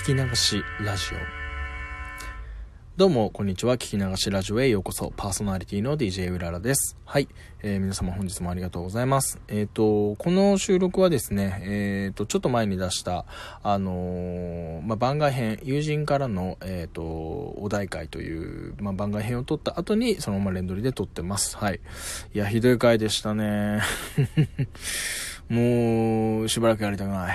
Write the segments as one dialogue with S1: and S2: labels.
S1: き流しラジオ。どうもこんにちは。聞き流しラジオへようこそ。パーソナリティの DJ うららです。はい、皆様本日もありがとうございます。この収録はですね、ちょっと前に出した番外編、友人からのお題会という、番外編を撮った後にそのまま連撮りで撮ってます。はい。いや、ひどい回でしたね。もうしばらくやりたくない。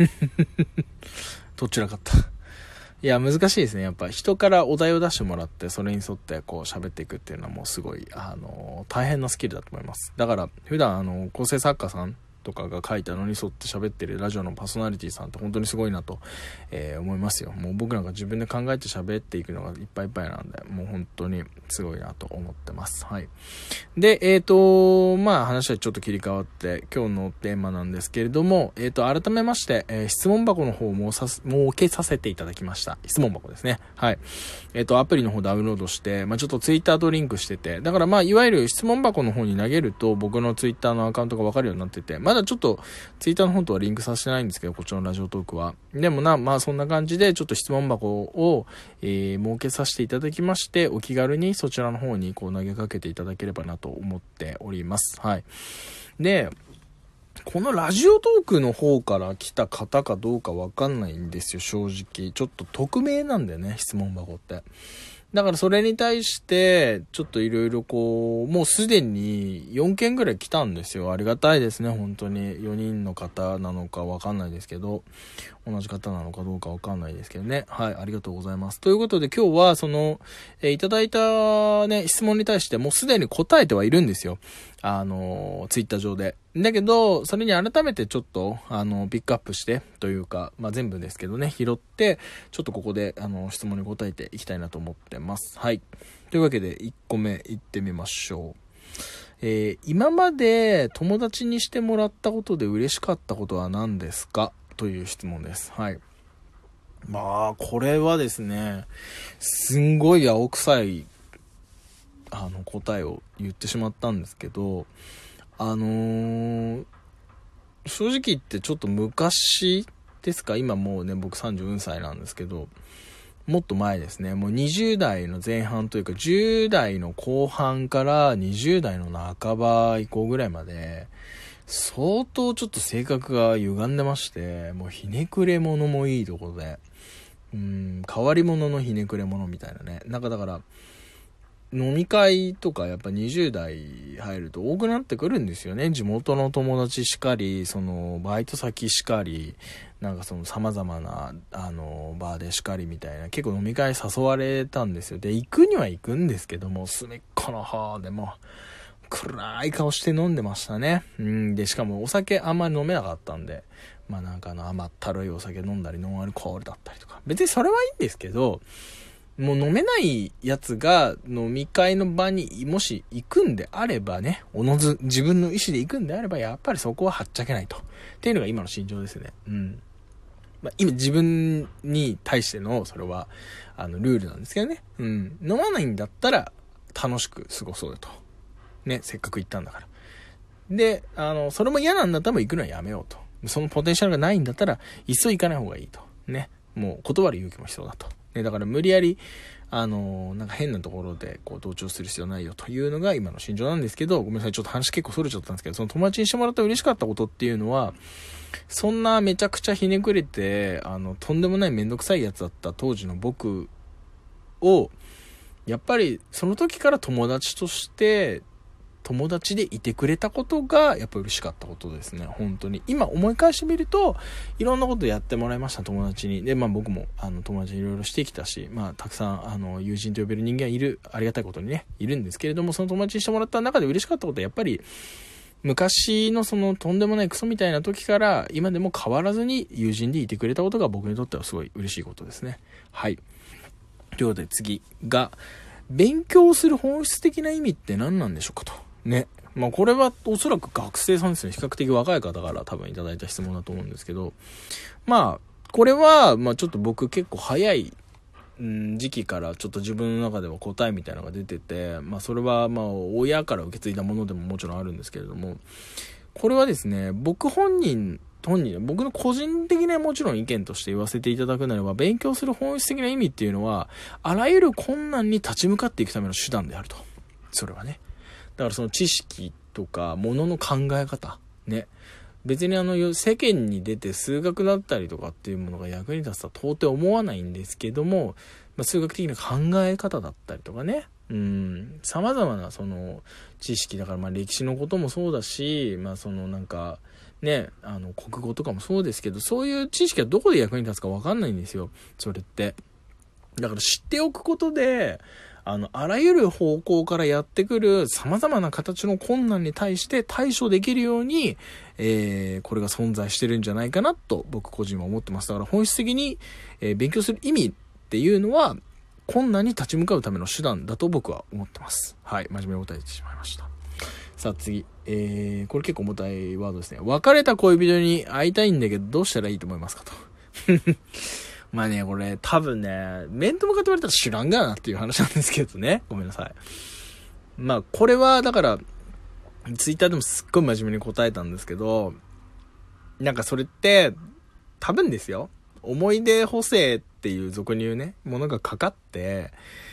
S1: どちらかった。いや、難しいですね。やっぱ人からお題を出してもらって、それに沿ってこう喋っていくっていうのはもうすごい、大変なスキルだと思います。だから、普段構成作家さんとかが書いたのに沿って喋ってるラジオのパーソナリティさんって本当にすごいなと、思いますよ。もう僕なんか自分で考えて喋っていくのがいっぱいいっぱいなんで、もう本当にすごいなと思ってます。はい。で、話はちょっと切り替わって今日のテーマなんですけれども、改めまして、質問箱の方を設けさせていただきました。質問箱ですね。はい。アプリの方ダウンロードして、ちょっとツイッターとリンクしてて、だからいわゆる質問箱の方に投げると僕のツイッターのアカウントがわかるようになってて、まだちょっとツイッターの方とはリンクさせてないんですけど、こっちのラジオトークは。でもそんな感じでちょっと質問箱を、設けさせていただきまして、お気軽にそちらの方にこう投げかけていただければなと思っております。はい。で、このラジオトークの方から来た方かどうかわかんないんですよ、正直。ちょっと匿名なんだよね、質問箱って。だからそれに対してちょっといろいろもうすでに4件ぐらい来たんですよ。ありがたいですね、本当に。4人の方なのかわかんないですけど、同じ方なのかどうかわかんないですけどね。はい、ありがとうございます。ということで今日はいただいたね質問に対してもうすでに答えてはいるんですよ。ツイッター上で。だけど、それに改めてちょっと、ピックアップして、というか、全部ですけどね、拾って、ちょっとここで、質問に答えていきたいなと思ってます。はい。というわけで、1個目いってみましょう。今まで友達にしてもらったことで嬉しかったことは何ですか？という質問です。はい。これはですね、すんごい青臭い、答えを言ってしまったんですけど、正直言ってちょっと昔ですか、今もうね、僕34歳なんですけど、もっと前ですね、もう20代の前半というか、10代の後半から20代の半ば以降ぐらいまで、相当ちょっと性格が歪んでまして、もうひねくれ者もいいところで、変わり者のひねくれ者みたいなね。だから飲み会とかやっぱ20代入ると多くなってくるんですよね。地元の友達しかり、バイト先しかり、様々なバーでしかりみたいな、結構飲み会誘われたんですよ。で、行くには行くんですけども、隅っこの方でも暗い顔して飲んでましたね。で、しかもお酒あんまり飲めなかったんで、甘ったるいお酒飲んだり、ノンアルコールだったりとか。別にそれはいいんですけど、もう飲めないやつが飲み会の場にもし行くんであればね、自分の意思で行くんであれば、やっぱりそこははっちゃけないと。っていうのが今の心情ですね。今自分に対しての、それは、ルールなんですけどね。飲まないんだったら楽しく過ごそうよと。ね、せっかく行ったんだから。で、それも嫌なんだったらもう行くのはやめようと。そのポテンシャルがないんだったら、いっそ行かない方がいいと。ね。もう断る勇気も必要だと。ね、だから無理やり、変なところで同調する必要ないよというのが今の心情なんですけど、ごめんなさい、ちょっと話結構それちゃったんですけど、その友達にしてもらった嬉しかったことっていうのは、そんなめちゃくちゃひねくれて、とんでもないめんどくさいやつだった当時の僕を、やっぱりその時から友達として、友達でいてくれたことがやっぱ嬉しかったことですね。本当に今思い返してみると、いろんなことやってもらいました、友達に。で、僕も友達にいろいろしてきたし、たくさん友人と呼べる人間いる、ありがたいことにねいるんですけれども、その友達にしてもらった中で嬉しかったことはやっぱり昔のとんでもないクソみたいな時から今でも変わらずに友人でいてくれたことが僕にとってはすごい嬉しいことですね。はい。ということで次が、勉強する本質的な意味って何なんでしょうかと。ね。これはおそらく学生さんですね。比較的若い方から多分いただいた質問だと思うんですけど、これは、ちょっと僕結構早い、時期からちょっと自分の中では答えみたいなのが出てて、それは親から受け継いだものでももちろんあるんですけれども、これはですね、僕本人僕の個人的なもちろん意見として言わせていただくならば、勉強する本質的な意味っていうのは、あらゆる困難に立ち向かっていくための手段であると。それはね。だからその知識とか、ものの考え方。ね。別に世間に出て数学だったりとかっていうものが役に立つとは到底思わないんですけども、数学的な考え方だったりとかね。様々なその知識だから歴史のこともそうだし、ね、国語とかもそうですけど、そういう知識はどこで役に立つか分かんないんですよ。それって。だから知っておくことで、あらゆる方向からやってくる様々な形の困難に対して対処できるように、これが存在してるんじゃないかなと僕個人は思ってます。だから本質的に、勉強する意味っていうのは、困難に立ち向かうための手段だと僕は思ってます。はい。真面目に答えてしまいました。さあ次。これ結構重たいワードですね。別れた恋人に会いたいんだけどどうしたらいいと思いますかと。これ多分ね、面と向かって言われたら知らんがなっていう話なんですけどね。ごめんなさい。これはだから、ツイッターでもすっごい真面目に答えたんですけど、それって、多分ですよ。思い出補正っていう俗に言うね、ものがかかって、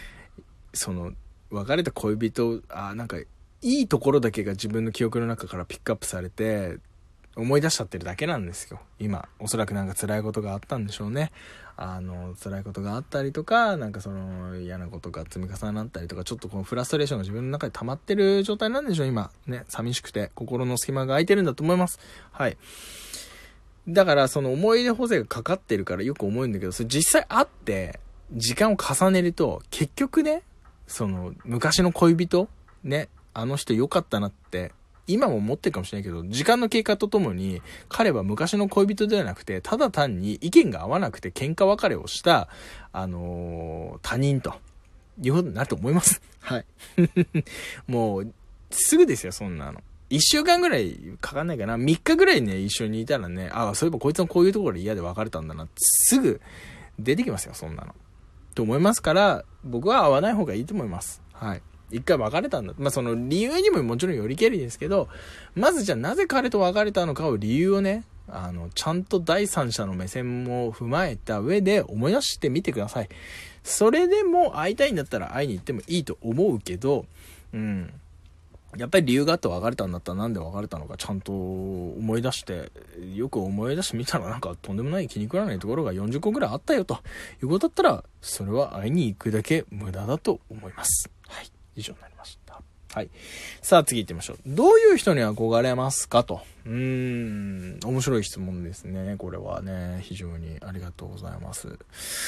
S1: 別れた恋人、いいところだけが自分の記憶の中からピックアップされて、思い出しちゃってるだけなんですよ。今、おそらく辛いことがあったんでしょうね。辛いことがあったりとか、嫌なことが積み重なったりとか、ちょっとこのフラストレーションが自分の中で溜まってる状態なんでしょう、今。ね、寂しくて、心の隙間が空いてるんだと思います。はい。だから、思い出補正がかかってるからよく思うんだけど、それ実際あって、時間を重ねると、結局ね、昔の恋人、ね、あの人良かったなって、今も思ってるかもしれないけど、時間の経過とともに、彼は昔の恋人ではなくて、ただ単に意見が合わなくて喧嘩別れをした、他人と、いうことになると思います。はい。もう、すぐですよ、そんなの。1週間ぐらいかかんないかな。3日ぐらいね、一緒にいたらね、そういえばこいつのこういうところで嫌で別れたんだなって、すぐ出てきますよ、そんなの。と思いますから、僕は会わない方がいいと思います。はい。一回別れたんだ。その理由にももちろんよりけりですけど、まずじゃあなぜ彼と別れたのかを理由をね、ちゃんと第三者の目線も踏まえた上で思い出してみてください。それでも会いたいんだったら会いに行ってもいいと思うけど、やっぱり理由があって別れたんだったらなんで別れたのかちゃんと思い出して、よく思い出してみたらとんでもない気に食わないところが40個ぐらいあったよということだったら、それは会いに行くだけ無駄だと思います。はい。以上になりました。はい。さあ次行ってみましょう。どういう人に憧れますかと。面白い質問ですね。これはね、非常にありがとうございます。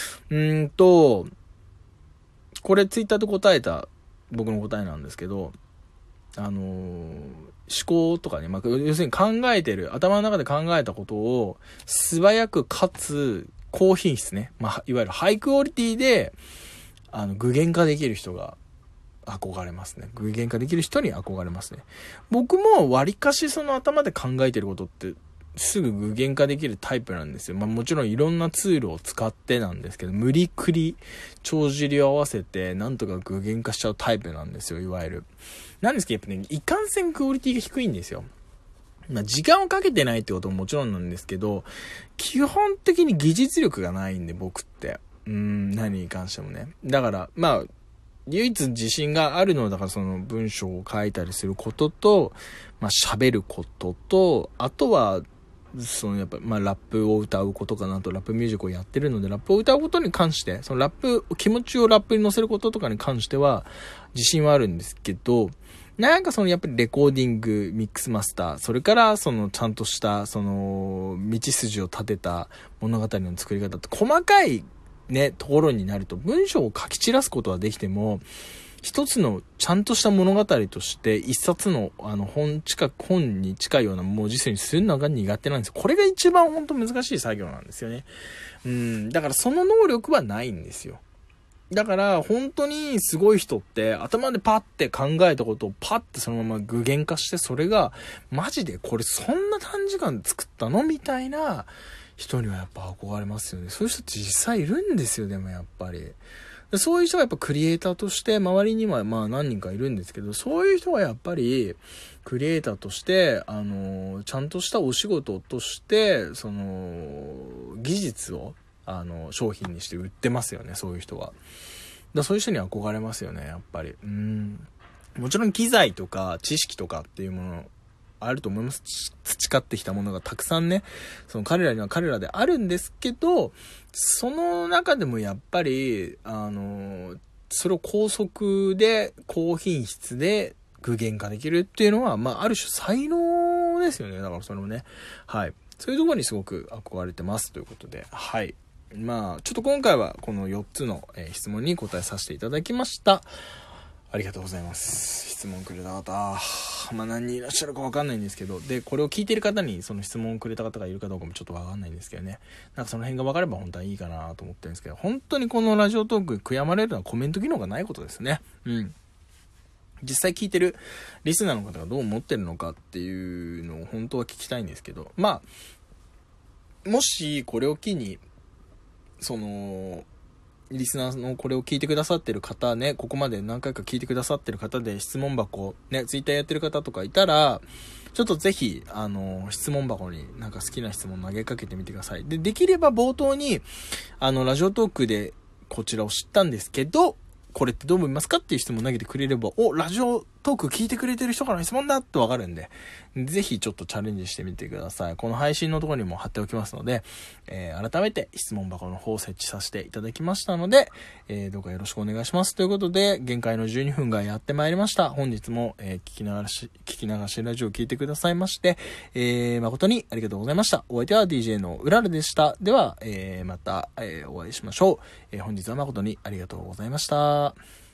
S1: これツイッターで答えた僕の答えなんですけど、思考とかね、要するに考えてる、頭の中で考えたことを素早くかつ高品質ね、いわゆるハイクオリティで具現化できる人が憧れますね。具現化できる人に憧れますね。僕も割かし頭で考えてることってすぐ具現化できるタイプなんですよ。もちろんいろんなツールを使ってなんですけど、無理くり帳尻を合わせてなんとか具現化しちゃうタイプなんですよ、いわゆる。なんですけど、やっぱね、いかんせんクオリティが低いんですよ。時間をかけてないってことももちろんなんですけど、基本的に技術力がないんで、僕って。何に関してもね。だから、唯一自信があるのは、だから文章を書いたりすることと、喋ることと、あとは、やっぱ、ラップを歌うことかなと、ラップミュージックをやってるので、ラップを歌うことに関して、気持ちをラップに乗せることとかに関しては、自信はあるんですけど、やっぱりレコーディング、ミックスマスター、それからちゃんとした、道筋を立てた物語の作り方って、細かいね、ところになると、文章を書き散らすことはできても、一つのちゃんとした物語として一冊の本に近いような文字数にするのが苦手なんですよ。これが一番本当難しい作業なんですよね。だからその能力はないんですよ。だから本当にすごい人って頭でパッて考えたことをパッてそのまま具現化して、それがマジでこれそんな短時間で作ったのみたいな人にはやっぱ憧れますよね。そういう人って実際いるんですよ。でもやっぱりそういう人がやっぱクリエイターとして周りには何人かいるんですけど、そういう人がやっぱりクリエイターとして、ちゃんとしたお仕事として、技術を、商品にして売ってますよね、そういう人は。そういう人に憧れますよね、やっぱり。もちろん機材とか知識とかっていうものあると思います。培ってきたものがたくさんね、その彼らには彼らであるんですけど、その中でもやっぱり、それを高速で、高品質で具現化できるっていうのは、ある種才能ですよね。だからそれもね、はい。そういうところにすごく憧れてますということで、はい。ちょっと今回はこの4つの質問に答えさせていただきました。ありがとうございます。質問くれた方、何人いらっしゃるかわかんないんですけど、で、これを聞いてる方にその質問をくれた方がいるかどうかもちょっとわかんないんですけどね。その辺がわかれば本当はいいかなと思ってるんですけど、本当にこのラジオトーク悔やまれるのはコメント機能がないことですね。実際聞いてるリスナーの方がどう思ってるのかっていうのを本当は聞きたいんですけど、もしこれを機に、リスナーのこれを聞いてくださってる方ね、ここまで何回か聞いてくださってる方で質問箱ね、ツイッターやってる方とかいたら、ちょっとぜひ、質問箱に好きな質問投げかけてみてください。できれば冒頭に、ラジオトークでこちらを知ったんですけど、これってどう思いますかっていう質問投げてくれれば、ラジオトーク聞いてくれてる人からの質問だってわかるんで、ぜひちょっとチャレンジしてみてください。この配信のところにも貼っておきますので、改めて質問箱の方を設置させていただきましたので、どうかよろしくお願いします。ということで、限界の12分がやってまいりました。本日も、聞き流しラジオを聞いてくださいまして、誠にありがとうございました。お相手は DJ のうららでした。では、また、お会いしましょう。本日は誠にありがとうございました。